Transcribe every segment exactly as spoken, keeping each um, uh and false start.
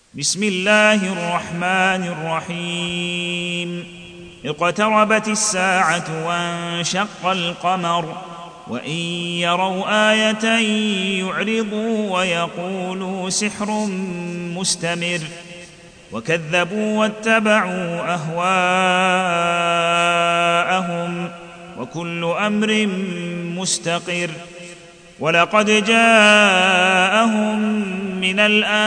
بسم الله الرحمن الرحيم اقتربت الساعة وانشق القمر وإن يروا آية يعرضوا ويقولوا سحر مستمر وكذبوا واتبعوا أهواءهم وكل أمر مستقر ولقد جاءهم من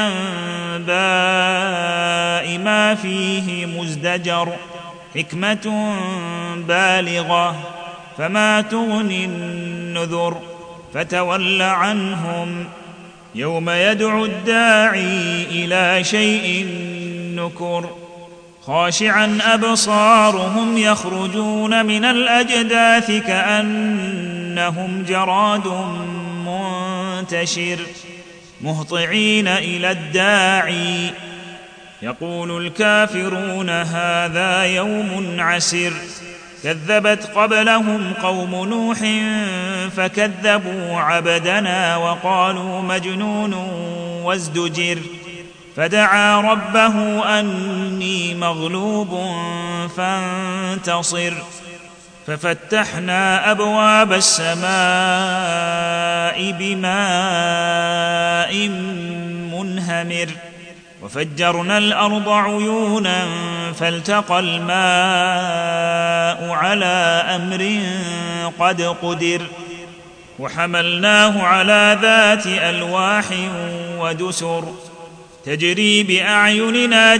الأنباء ما فيه مزدجر حكمة بالغة فما تغني النذر فتول عنهم يوم يدعو الداعي إلى شيء نكر خاشعا أبصارهم يخرجون من الأجداث كأنهم جراد منتشر مهطعين إلى الداعي يقول الكافرون هذا يوم عسر كذبت قبلهم قوم نوح فكذبوا عبدنا وقالوا مجنون وازدجر فدعا ربه أني مغلوب فانتصر ففتحنا أبواب السماء بماء منهمر وفجرنا الأرض عيونا فالتقى الماء على أمر قد قدر وحملناه على ذات ألواح ودسر تجري بأعيننا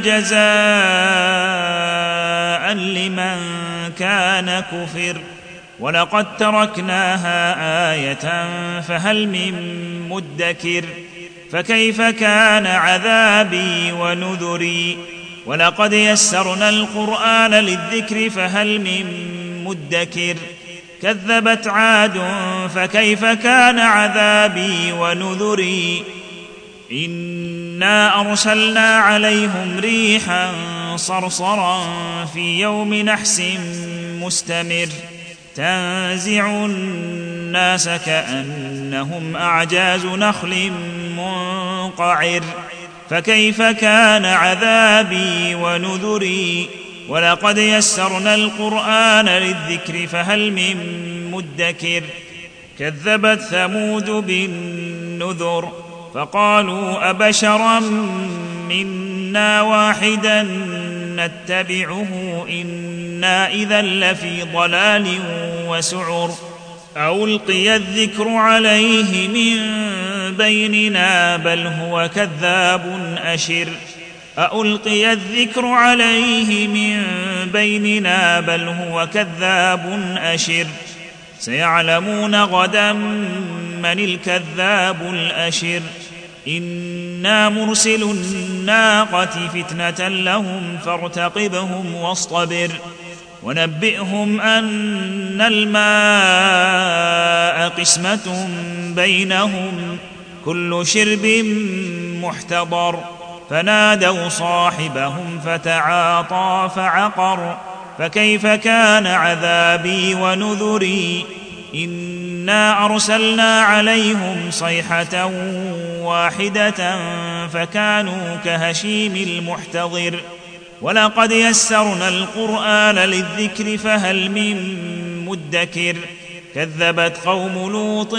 جزاء لمن كان كفر ولقد تركناها آية فهل من مدكر فكيف كان عذابي ونذري ولقد يسرنا القرآن للذكر فهل من مدكر كذبت عاد فكيف كان عذابي ونذري إنا أرسلنا عليهم ريحا صرصرا في يوم نحس مستمر تنزع الناس كأنهم أعجاز نخل منقعر فكيف كان عذابي ونذري ولقد يسرنا القرآن للذكر فهل من مدكر كذبت ثمود بالنذر فقالوا أبشرا منا واحدا نتبعه إنا إذا لفي ضلال وسعر ألقي الذكر عليه من بيننا بل هو كذاب أشر ألقي الذكر عليه من بيننا بل هو كذاب أشر سيعلمون غدا من الكذاب الأشر إنا مرسل الناقة فتنة لهم فارتقبهم واصطبر ونبئهم أن الماء قسمة بينهم كل شرب محتضر فنادوا صاحبهم فتعاطى فعقر فكيف كان عذابي ونذري إنا أرسلنا عليهم صيحة واحدة فكانوا كهشيم المحتضر ولقد يسرنا القرآن للذكر فهل من مدكر كذبت قوم لوط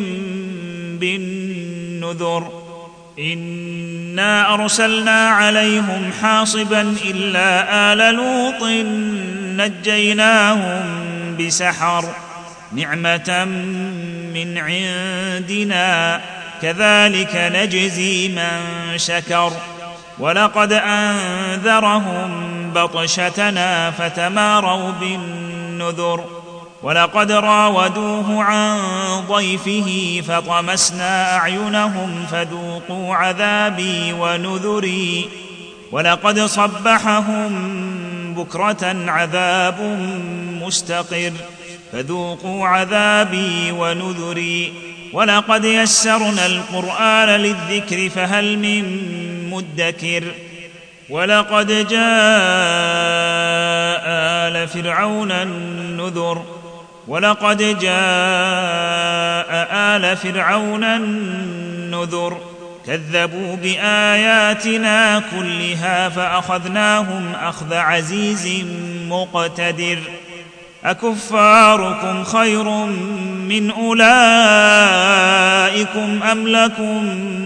بالنذر إنا أرسلنا عليهم حاصبا إلا آل لوط نجيناهم بسحر نعمة من عندنا كذلك نجزي من شكر ولقد أنذرهم بطشتنا فتماروا بالنذر ولقد راودوه عن ضيفه فطمسنا أعينهم فذوقوا عذابي ونذري ولقد صبحهم بكرة عذاب مستقر فذوقوا عذابي ونذري ولقد يسرنا القرآن للذكر فهل من مدكر ولقد جاء آل فرعون النذر ولقد جاء آل فرعون النذر كذبوا بآياتنا كلها فأخذناهم أخذ عزيز مقتدر أكفاركم خير من أولئكم أم لكم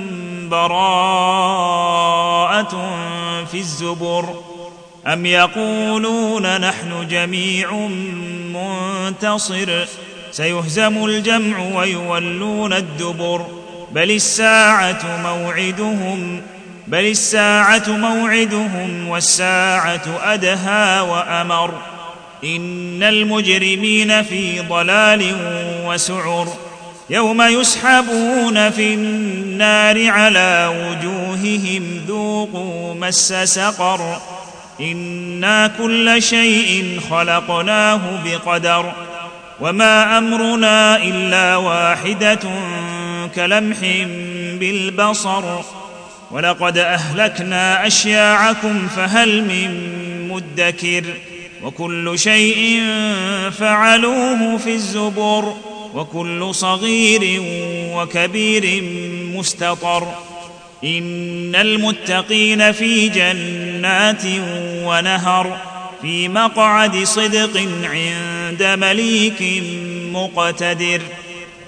براءة في الزبر أم يقولون نحن جميع منتصر سيهزم الجمع ويولون الدبر بل الساعة موعدهم بل الساعة موعدهم والساعة أدهى وأمر إن المجرمين في ضلال وسعر يوم يسحبون في النار على وجوههم ذوقوا مس سقر إنا كل شيء خلقناه بقدر وما أمرنا إلا واحدة كلمح بالبصر ولقد أهلكنا أشياعكم فهل من مدكر وكل شيء فعلوه في الزبر وكل صغير وكبير مستطر إن المتقين في جنات ونهر في مقعد صدق عند مليك مقتدر.